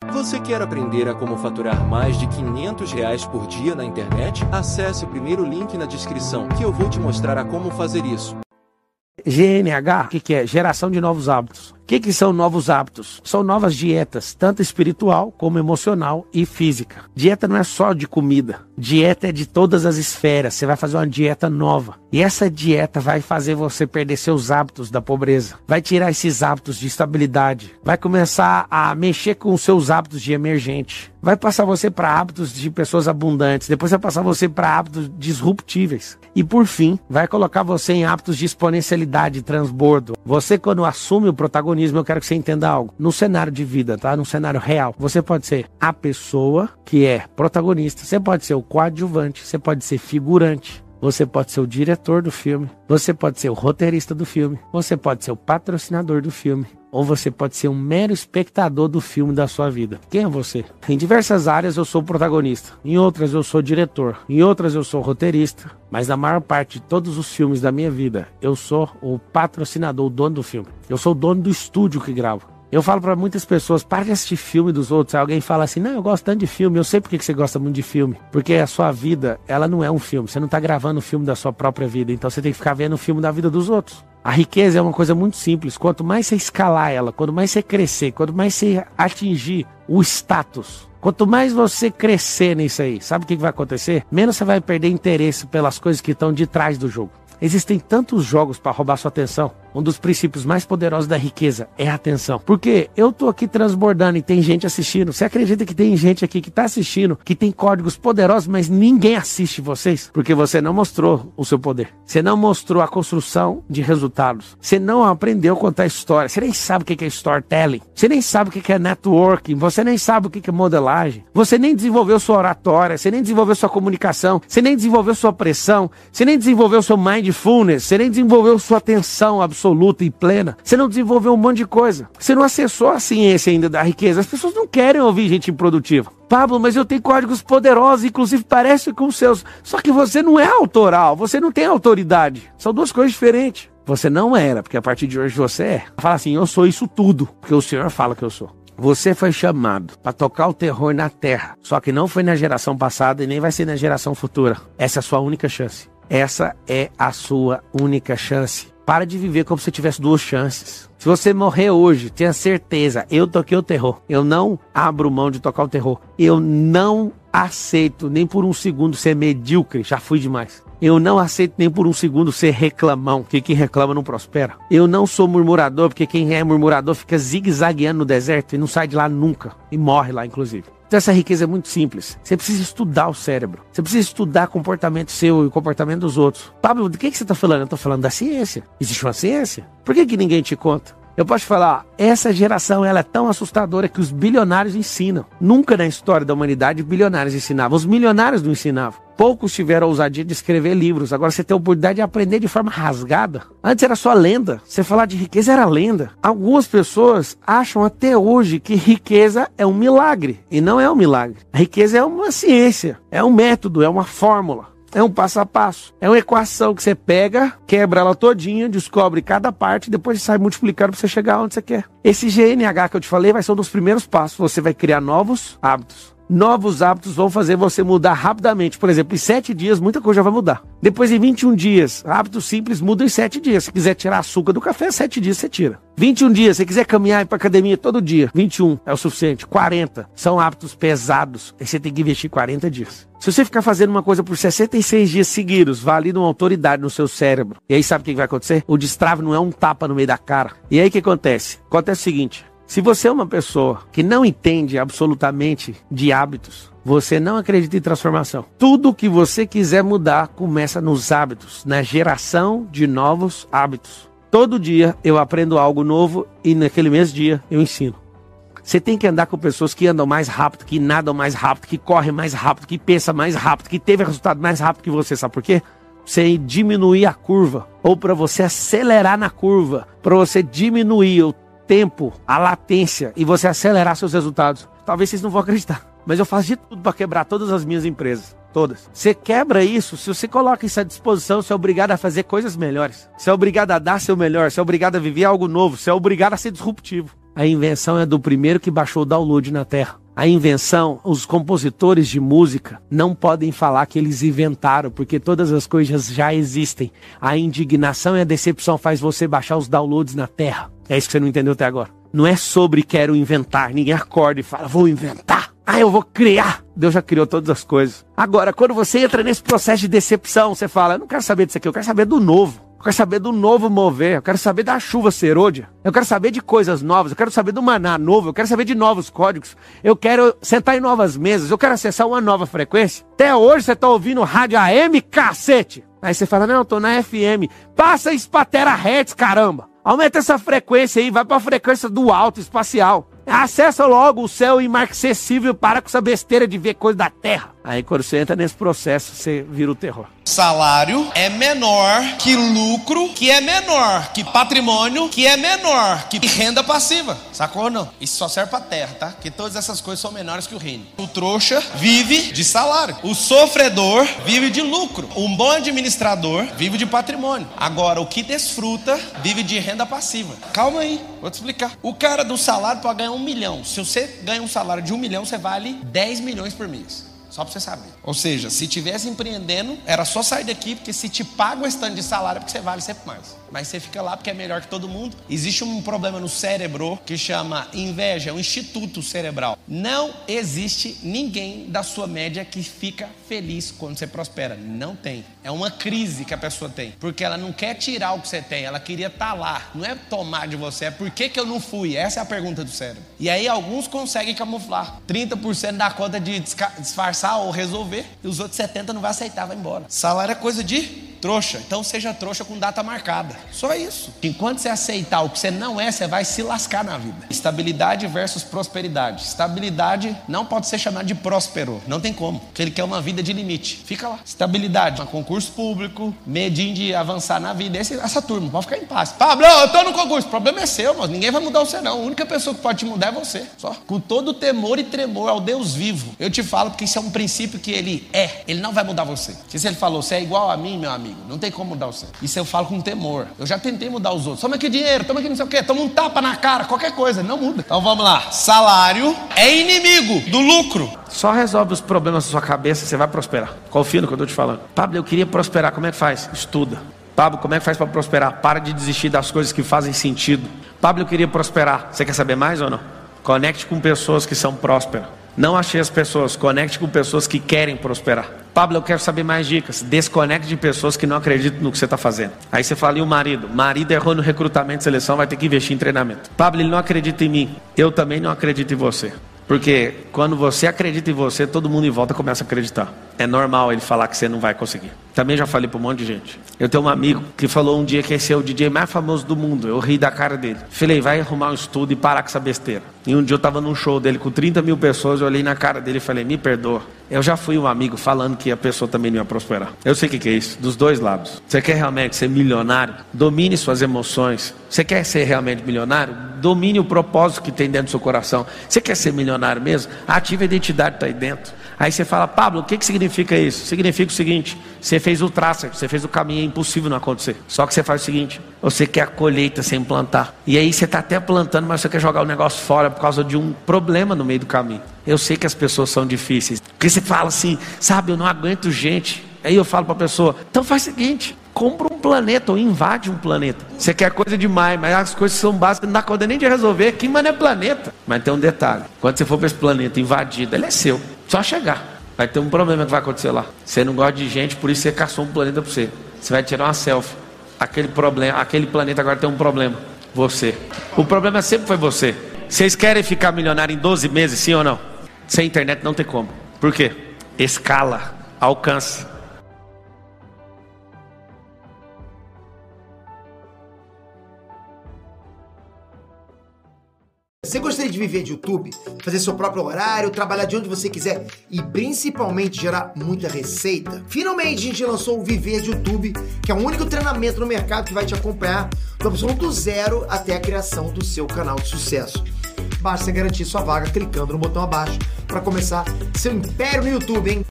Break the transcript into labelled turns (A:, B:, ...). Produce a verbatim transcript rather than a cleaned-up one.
A: Você quer aprender a como faturar mais de quinhentos reais por dia na internet? Acesse o primeiro link na descrição que eu vou te mostrar a como fazer isso.
B: G N H, o que, que é? Geração de novos hábitos. O que, que são novos hábitos? São novas dietas, tanto espiritual como emocional e física. Dieta não é só de comida. Dieta é de todas as esferas. Você vai fazer uma dieta nova. E essa dieta vai fazer você perder seus hábitos da pobreza. Vai tirar esses hábitos de estabilidade. Vai começar a mexer com os seus hábitos de emergente. Vai passar você para hábitos de pessoas abundantes. Depois vai passar você para hábitos disruptíveis. E por fim, vai colocar você em hábitos de exponencialidade, transbordo. Você, quando assume o protagonismo, eu quero que você entenda algo. No cenário de vida, tá? No cenário real, você pode ser a pessoa que é protagonista. Você pode ser o coadjuvante. Você pode ser figurante. Você pode ser o diretor do filme. Você pode ser o roteirista do filme. Você pode ser o patrocinador do filme. Ou você pode ser um mero espectador do filme da sua vida. Quem é você? Em diversas áreas eu sou o protagonista. Em outras eu sou o diretor. Em outras eu sou o roteirista. Mas na maior parte de todos os filmes da minha vida, eu sou o patrocinador, o dono do filme. Eu sou o dono do estúdio que gravo. Eu falo para muitas pessoas, para de assistir filme dos outros. Aí alguém fala assim, não, eu gosto tanto de filme. Eu sei por que você gosta muito de filme. Porque a sua vida, ela não é um filme. Você não está gravando o filme da sua própria vida. Então você tem que ficar vendo o filme da vida dos outros. A riqueza é uma coisa muito simples. Quanto mais você escalar ela, quanto mais você crescer, quanto mais você atingir o status, quanto mais você crescer nisso aí, sabe o que vai acontecer? Menos você vai perder interesse pelas coisas que estão de trás do jogo. Existem tantos jogos para roubar sua atenção. Um dos princípios mais poderosos da riqueza é a atenção. Porque eu tô aqui transbordando e tem gente assistindo. Você acredita que tem gente aqui que tá assistindo, que tem códigos poderosos, mas ninguém assiste vocês? Porque você não mostrou o seu poder. Você não mostrou a construção de resultados. Você não aprendeu a contar história. Você nem sabe o que é storytelling. Você nem sabe o que é networking. Você nem sabe o que é modelagem. Você nem desenvolveu sua oratória. Você nem desenvolveu sua comunicação. Você nem desenvolveu sua pressão. Você nem desenvolveu seu mindfulness. Você nem desenvolveu sua atenção absoluta absoluta e plena. Você não desenvolveu um monte de coisa. Você não acessou a ciência ainda da riqueza. As pessoas não querem ouvir gente improdutiva. Pablo, mas eu tenho códigos poderosos, inclusive parecem com os seus. Só que você não é autoral, você não tem autoridade. São duas coisas diferentes. Você não era, porque a partir de hoje você é. Fala assim, eu sou isso tudo, porque o Senhor fala que eu sou. Você foi chamado para tocar o terror na terra. Só que não foi na geração passada e nem vai ser na geração futura. Essa é a sua única chance. Essa é a sua única chance. Para de viver como se tivesse duas chances. Se você morrer hoje, tenha certeza, eu toquei o terror. Eu não abro mão de tocar o terror. Eu não aceito nem por um segundo ser medíocre, já fui demais. Eu não aceito nem por um segundo ser reclamão, porque quem reclama não prospera. Eu não sou murmurador, porque quem é murmurador fica zigue-zagueando no deserto e não sai de lá nunca. E morre lá, inclusive. Então essa riqueza é muito simples. Você precisa estudar o cérebro. Você precisa estudar o comportamento seu e o comportamento dos outros. Pablo, do que, que você está falando? Eu estou falando da ciência. Existe uma ciência? Por que, que ninguém te conta? Eu posso te falar, essa geração ela é tão assustadora que os bilionários ensinam. Nunca na história da humanidade bilionários ensinavam. Os milionários não ensinavam. Poucos tiveram a ousadia de escrever livros. Agora você tem a oportunidade de aprender de forma rasgada. Antes era só lenda. Você falar de riqueza era lenda. Algumas pessoas acham até hoje que riqueza é um milagre. E não é um milagre. A riqueza é uma ciência. É um método, é uma fórmula. É um passo a passo. É uma equação que você pega, quebra ela todinha, descobre cada parte e depois sai multiplicando para você chegar onde você quer. Esse G N H que eu te falei vai ser um dos primeiros passos. Você vai criar novos hábitos. Novos hábitos vão fazer você mudar rapidamente. Por exemplo, em sete dias muita coisa já vai mudar. Depois em vinte e um dias, hábitos simples mudam em sete dias. Se quiser tirar açúcar do café, sete dias você tira. vinte e um dias, se quiser caminhar e ir pra academia todo dia, vinte e um é o suficiente. quarenta são hábitos pesados. Aí você tem que investir quarenta dias. Se você ficar fazendo uma coisa por sessenta e seis dias seguidos, valida uma autoridade no seu cérebro. E aí sabe o que vai acontecer? O destrave não é um tapa no meio da cara. E aí o que acontece? Acontece o seguinte. Se você é uma pessoa que não entende absolutamente de hábitos, você não acredita em transformação. Tudo que você quiser mudar começa nos hábitos, na geração de novos hábitos. Todo dia eu aprendo algo novo e naquele mesmo dia eu ensino. Você tem que andar com pessoas que andam mais rápido, que nadam mais rápido, que correm mais rápido, que pensam mais rápido, que teve resultado mais rápido que você. Sabe por quê? Você diminuir a curva, ou para você acelerar na curva, para você diminuir o tempo, a latência e você acelerar seus resultados. Talvez vocês não vão acreditar, mas eu faço de tudo para quebrar todas as minhas empresas. Todas. Você quebra isso, se você coloca isso à disposição, você é obrigado a fazer coisas melhores. Você é obrigado a dar seu melhor, você é obrigado a viver algo novo, você é obrigado a ser disruptivo. A invenção é do primeiro que baixou o download na Terra. A invenção, os compositores de música não podem falar que eles inventaram, porque todas as coisas já existem. A indignação e a decepção faz você baixar os downloads na Terra. É isso que você não entendeu até agora. Não é sobre quero inventar. Ninguém acorda e fala, vou inventar. Ah, eu vou criar. Deus já criou todas as coisas. Agora, quando você entra nesse processo de decepção, você fala, eu não quero saber disso aqui, eu quero saber do novo. Eu quero saber do novo mover, eu quero saber da chuva serôdia, eu quero saber de coisas novas, eu quero saber do maná novo, eu quero saber de novos códigos, eu quero sentar em novas mesas, eu quero acessar uma nova frequência. Até hoje você tá ouvindo rádio A M, cacete! Aí você fala, não, eu tô na F M. Passa isso pra terahertz, caramba! Aumenta essa frequência aí, vai pra frequência do alto espacial. Acessa logo o céu imarcessível e para com essa besteira de ver coisa da Terra. Aí quando você entra nesse processo, você vira o terror.
C: Salário é menor que lucro, que é menor que patrimônio, que é menor que renda passiva. Sacou ou não? Isso só serve pra terra, tá? Porque todas essas coisas são menores que o reino. O trouxa vive de salário. O sofredor vive de lucro. Um bom administrador vive de patrimônio. Agora, o que desfruta vive de renda passiva. Calma aí, vou te explicar. O cara do salário pode ganhar um milhão. Se você ganha um salário de um milhão, você vale dez milhões por mês. Só pra você saber. Ou seja, se tivesse empreendendo, era só sair daqui, porque se te paga o stand de salário, é porque você vale sempre mais. Mas você fica lá porque é melhor que todo mundo. Existe um problema no cérebro que chama inveja, é um instituto cerebral. Não existe ninguém da sua média que fica feliz quando você prospera. Não tem. É uma crise que a pessoa tem. Porque ela não quer tirar o que você tem, ela queria estar lá. Não é tomar de você, é por que que eu não fui? Essa é a pergunta do cérebro. E aí alguns conseguem camuflar. trinta por cento dá conta de disfarçar ou resolver, e os outros setenta por cento não vai aceitar, vai embora. Salário é coisa de trouxa, então seja trouxa com data marcada. Só isso. Enquanto você aceitar o que você não é, você vai se lascar na vida. Estabilidade versus prosperidade. Estabilidade não pode ser chamada de próspero, não tem como, porque ele quer uma vida de limite. Fica lá. Estabilidade, um concurso público, medinho de avançar na vida. Esse, essa turma, pode ficar em paz. Pablo, eu tô no concurso, o problema é seu, mas ninguém vai mudar você não. A única pessoa que pode te mudar é você, só. Com todo temor e tremor ao Deus vivo. Eu te falo porque isso é um princípio que ele é, ele não vai mudar você. Se ele falou, você é igual a mim, meu amigo, não tem como mudar você. Isso eu falo com temor. Eu já tentei mudar os outros. Toma aqui dinheiro, toma aqui não sei o quê, toma um tapa na cara, qualquer coisa, não muda. Então vamos lá. Salário é inimigo do lucro.
B: Só resolve os problemas da sua cabeça, você vai prosperar. Confia no que eu tô te falando. Pablo, eu queria prosperar, como é que faz? Estuda. Pablo, como é que faz para prosperar? Para de desistir das coisas que fazem sentido. Pablo, eu queria prosperar. Você quer saber mais ou não? Conecte com pessoas que são prósperas. Não achei as pessoas, conecte com pessoas que querem prosperar. Pablo, eu quero saber mais dicas. Desconecte de pessoas que não acreditam no que você está fazendo. Aí você fala, e o marido? Marido errou no recrutamento e seleção, vai ter que investir em treinamento. Pablo, ele não acredita em mim. Eu também não acredito em você. Porque quando você acredita em você, todo mundo em volta começa a acreditar. É normal ele falar que você não vai conseguir. Também já falei para um monte de gente. Eu tenho um amigo que falou um dia que esse é o D J mais famoso do mundo. Eu ri da cara dele. Falei, vai arrumar um estudo e parar com essa besteira. E um dia eu estava num show dele com trinta mil pessoas. Eu olhei na cara dele e falei, me perdoa. Eu já fui um amigo falando que a pessoa também não ia prosperar. Eu sei o que, que é isso, dos dois lados. Você quer realmente ser milionário? Domine suas emoções. Você quer ser realmente milionário? Domine o propósito que tem dentro do seu coração. Você quer ser milionário mesmo? Ative a identidade que está aí dentro. Aí você fala, Pablo, o que, que significa isso? Significa o seguinte, você fez o traço, você fez o caminho, é impossível não acontecer. Só que você faz o seguinte, você quer a colheita sem plantar. E aí você está até plantando, mas você quer jogar o negócio fora por causa de um problema no meio do caminho. Eu sei que as pessoas são difíceis. Porque você fala assim, sabe, eu não aguento gente. Aí eu falo para a pessoa, então faz o seguinte, compra um planeta ou invade um planeta. Você quer coisa demais, mas as coisas são básicas, não dá conta nem de resolver. Que mano é planeta? Mas tem um detalhe, quando você for para esse planeta invadido, ele é seu. Só chegar. Vai ter um problema que vai acontecer lá. Você não gosta de gente, por isso você caçou um planeta para você. Você vai tirar uma selfie. Aquele problema, aquele planeta agora tem um problema. Você. O problema sempre foi você. Vocês querem ficar milionário em doze meses, sim ou não? Sem internet não tem como. Por quê? Escala, alcance.
D: Você gostaria de viver de YouTube, fazer seu próprio horário, trabalhar de onde você quiser e principalmente gerar muita receita? Finalmente a gente lançou o Viver de YouTube, que é o único treinamento no mercado que vai te acompanhar do absoluto zero até a criação do seu canal de sucesso. Basta garantir sua vaga clicando no botão abaixo para começar seu império no YouTube, hein?